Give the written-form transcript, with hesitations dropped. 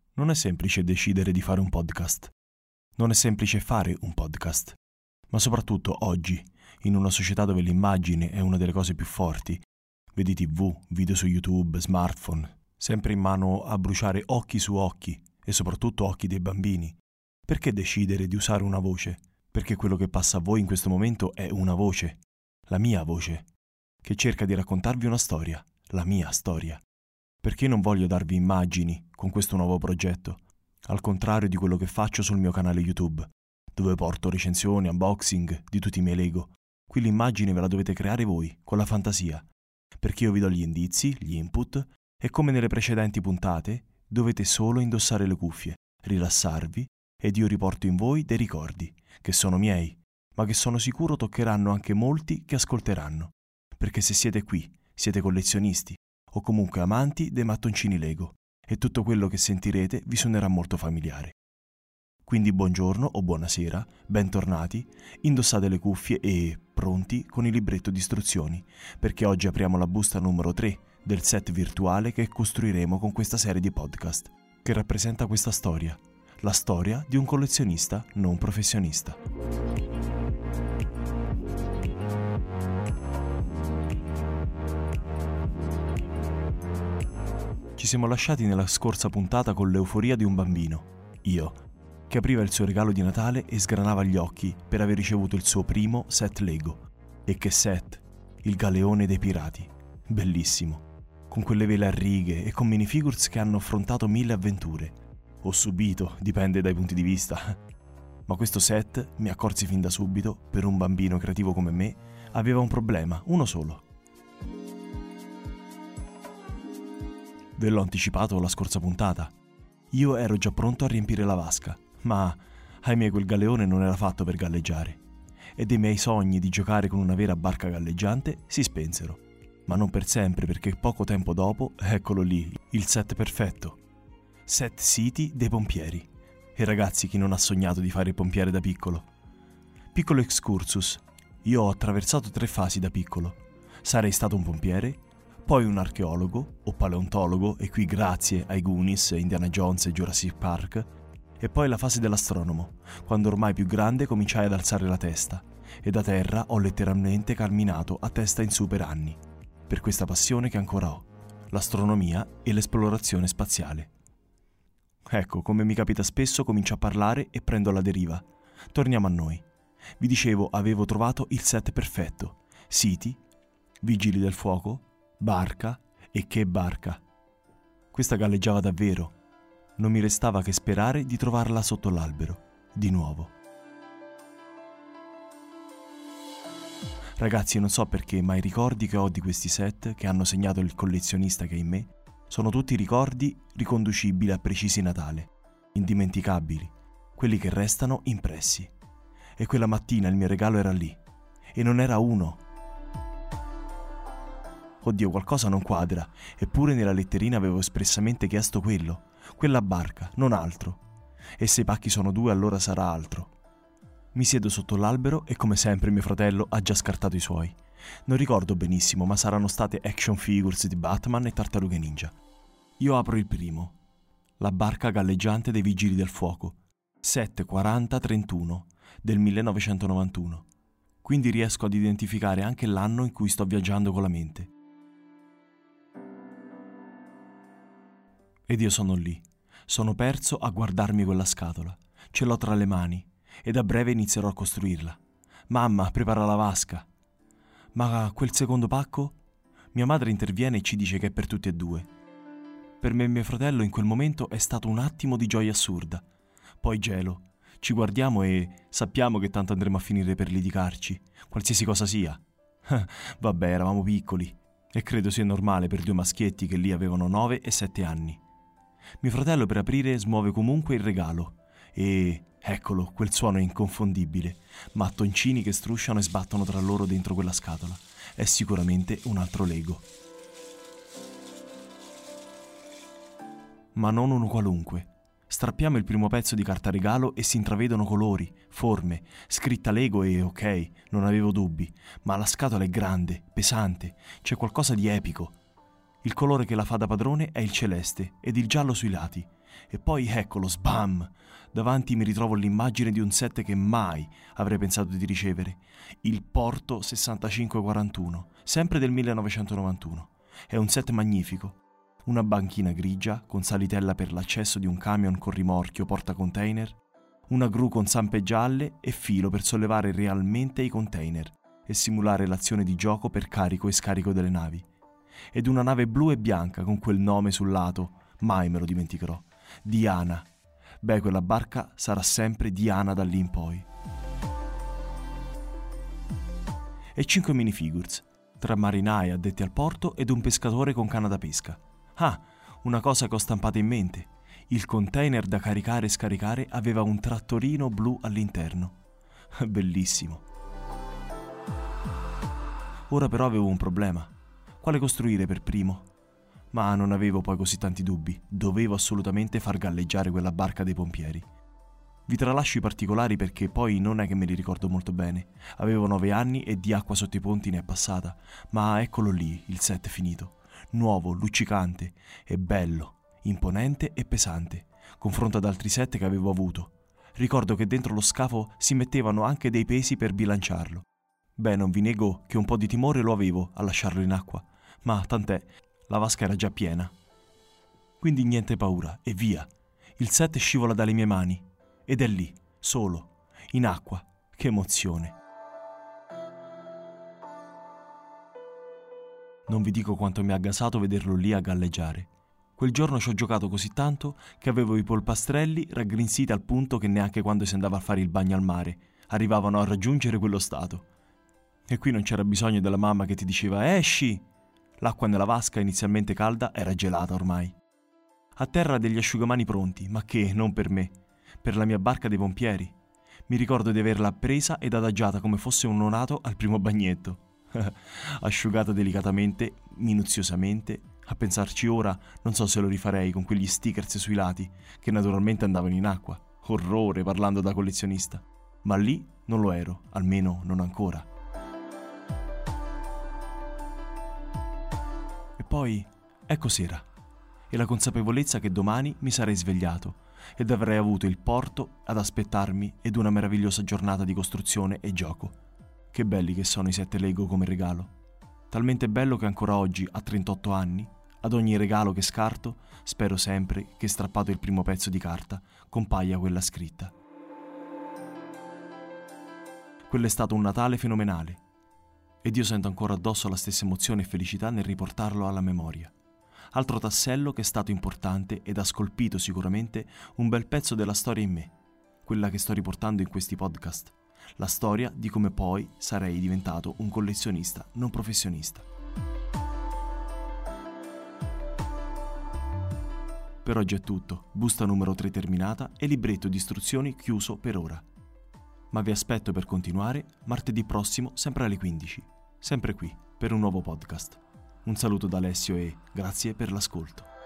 Non è semplice decidere di fare un podcast. Non è semplice fare un podcast. Ma soprattutto oggi, in una società dove l'immagine è una delle cose più forti, vedi TV, video su YouTube, smartphone, sempre in mano a bruciare occhi su occhi e soprattutto occhi dei bambini. Perché decidere di usare una voce? Perché quello che passa a voi in questo momento è una voce, la mia voce, che cerca di raccontarvi una storia, la mia storia. Perché non voglio darvi immagini con questo nuovo progetto, al contrario di quello che faccio sul mio canale YouTube, dove porto recensioni, unboxing di tutti i miei Lego. Qui l'immagine ve la dovete creare voi, con la fantasia, perché io vi do gli indizi, gli input, e come nelle precedenti puntate, dovete solo indossare le cuffie, rilassarvi, ed io riporto in voi dei ricordi, che sono miei, ma che sono sicuro toccheranno anche molti che ascolteranno, perché se siete qui, siete collezionisti, o comunque amanti dei mattoncini Lego, e tutto quello che sentirete vi suonerà molto familiare. Quindi buongiorno o buonasera, bentornati, indossate le cuffie e pronti con il libretto di istruzioni, perché oggi apriamo la busta numero 3 del set virtuale che costruiremo con questa serie di podcast, che rappresenta questa storia, la storia di un collezionista non professionista. Ci siamo lasciati nella scorsa puntata con l'euforia di un bambino, io, che apriva il suo regalo di Natale e sgranava gli occhi per aver ricevuto il suo primo set Lego. E che set! Il galeone dei pirati. Bellissimo. Con quelle vele a righe e con minifigures che hanno affrontato 1000 avventure. O subito, dipende dai punti di vista. Ma questo set, mi accorsi fin da subito, per un bambino creativo come me, aveva un problema, uno solo. Ve l'ho anticipato la scorsa puntata. Io ero già pronto a riempire la vasca, ma ahimè quel galeone non era fatto per galleggiare. E dei miei sogni di giocare con una vera barca galleggiante si spensero. Ma non per sempre, perché poco tempo dopo, eccolo lì, il set perfetto. Set City dei pompieri. E ragazzi, chi non ha sognato di fare il pompiere da piccolo? Piccolo excursus. Io ho attraversato 3 fasi da piccolo. Sarei stato un pompiere, poi un archeologo o paleontologo, e qui grazie ai Goonies, Indiana Jones e Jurassic Park, e poi la fase dell'astronomo, quando ormai più grande cominciai ad alzare la testa, e da terra ho letteralmente camminato a testa in su per anni, per questa passione che ancora ho, l'astronomia e l'esplorazione spaziale. Ecco, come mi capita spesso, comincio a parlare e prendo la deriva. Torniamo a noi. Vi dicevo, avevo trovato il set perfetto. Siti, vigili del fuoco, barca, e che barca! Questa galleggiava davvero. Non mi restava che sperare di trovarla sotto l'albero, di nuovo. Ragazzi, non so perché, ma i ricordi che ho di questi set, che hanno segnato il collezionista che è in me, sono tutti ricordi riconducibili a precisi Natale, indimenticabili, quelli che restano impressi. E quella mattina il mio regalo era lì, e non era uno. Oddio, qualcosa non quadra, eppure nella letterina avevo espressamente chiesto quello, quella barca, non altro. E se i pacchi sono 2, allora sarà altro. Mi siedo sotto l'albero e come sempre mio fratello ha già scartato i suoi. Non ricordo benissimo, ma saranno state action figures di Batman e Tartarughe Ninja. Io apro il primo, la barca galleggiante dei Vigili del Fuoco, 74031 del 1991. Quindi riesco ad identificare anche l'anno in cui sto viaggiando con la mente. Ed io sono lì, sono perso a guardarmi quella scatola, ce l'ho tra le mani ed a breve inizierò a costruirla. Mamma, prepara la vasca. Ma quel secondo pacco? Mia madre interviene e ci dice che è per tutti e 2. Per me e mio fratello in quel momento è stato un attimo di gioia assurda. Poi gelo, ci guardiamo e sappiamo che tanto andremo a finire per litigarci, qualsiasi cosa sia. Vabbè, eravamo piccoli e credo sia normale per 2 maschietti che lì avevano 9 e 7 anni. Mio fratello per aprire smuove comunque il regalo e eccolo, quel suono è inconfondibile, mattoncini che strusciano e sbattono tra loro dentro quella scatola. È sicuramente un altro Lego. Ma non uno qualunque. Strappiamo il primo pezzo di carta regalo e si intravedono colori, forme, scritta Lego e ok, non avevo dubbi, ma la scatola è grande, pesante, c'è qualcosa di epico. Il colore che la fa da padrone è il celeste ed il giallo sui lati, E poi eccolo, sbam! Davanti mi ritrovo l'immagine di un set che mai avrei pensato di ricevere. Il Porto 6541, sempre del 1991. È un set magnifico. Una banchina grigia con salitella per l'accesso di un camion con rimorchio portacontainer, una gru con zampe gialle e filo per sollevare realmente i container e simulare l'azione di gioco per carico e scarico delle navi. Ed una nave blu e bianca con quel nome sul lato, mai me lo dimenticherò, Diana. Beh, quella barca sarà sempre Diana da lì in poi. E 5 minifigures, 3 marinai addetti al porto ed un pescatore con canna da pesca. Ah, una cosa che ho stampato in mente. Il container da caricare e scaricare aveva un trattorino blu all'interno. Bellissimo. Ora però avevo un problema. Quale costruire per primo? Ma non avevo poi così tanti dubbi. Dovevo assolutamente far galleggiare quella barca dei pompieri. Vi tralascio i particolari perché poi non è che me li ricordo molto bene. Avevo 9 anni e di acqua sotto i ponti ne è passata. Ma eccolo lì, il set finito. Nuovo, luccicante e bello, imponente e pesante, confronto ad altri set che avevo avuto. Ricordo che dentro lo scafo si mettevano anche dei pesi per bilanciarlo. Beh, non vi nego che un po' di timore lo avevo a lasciarlo in acqua, ma tant'è, la vasca era già piena. Quindi niente paura, e via. Il set scivola dalle mie mani, ed è lì, solo, in acqua. Che emozione. Non vi dico quanto mi ha gasato vederlo lì a galleggiare. Quel giorno ci ho giocato così tanto che avevo i polpastrelli raggrinziti al punto che neanche quando si andava a fare il bagno al mare arrivavano a raggiungere quello stato. E qui non c'era bisogno della mamma che ti diceva «Esci!». L'acqua nella vasca, inizialmente calda, era gelata ormai. A terra degli asciugamani pronti, ma che non per me, per la mia barca dei pompieri. Mi ricordo di averla presa ed adagiata come fosse un neonato al primo bagnetto. Asciugata delicatamente, minuziosamente. A pensarci ora, non so se lo rifarei con quegli stickers sui lati, che naturalmente andavano in acqua. Orrore, parlando da collezionista. Ma lì non lo ero, almeno non ancora. E poi, ecco sera, e la consapevolezza che domani mi sarei svegliato ed avrei avuto il porto ad aspettarmi ed una meravigliosa giornata di costruzione e gioco. Che belli che sono i 7 Lego come regalo. Talmente bello che ancora oggi, a 38 anni, ad ogni regalo che scarto, spero sempre che strappato il primo pezzo di carta compaia quella scritta. Quello è stato un Natale fenomenale. Ed io sento ancora addosso la stessa emozione e felicità nel riportarlo alla memoria. Altro tassello che è stato importante ed ha scolpito sicuramente un bel pezzo della storia in me, quella che sto riportando in questi podcast, la storia di come poi sarei diventato un collezionista non professionista. Per oggi è tutto, busta numero 3 terminata e libretto di istruzioni chiuso per ora. Ma vi aspetto per continuare martedì prossimo sempre alle 15, sempre qui, per un nuovo podcast. Un saluto da Alessio e grazie per l'ascolto.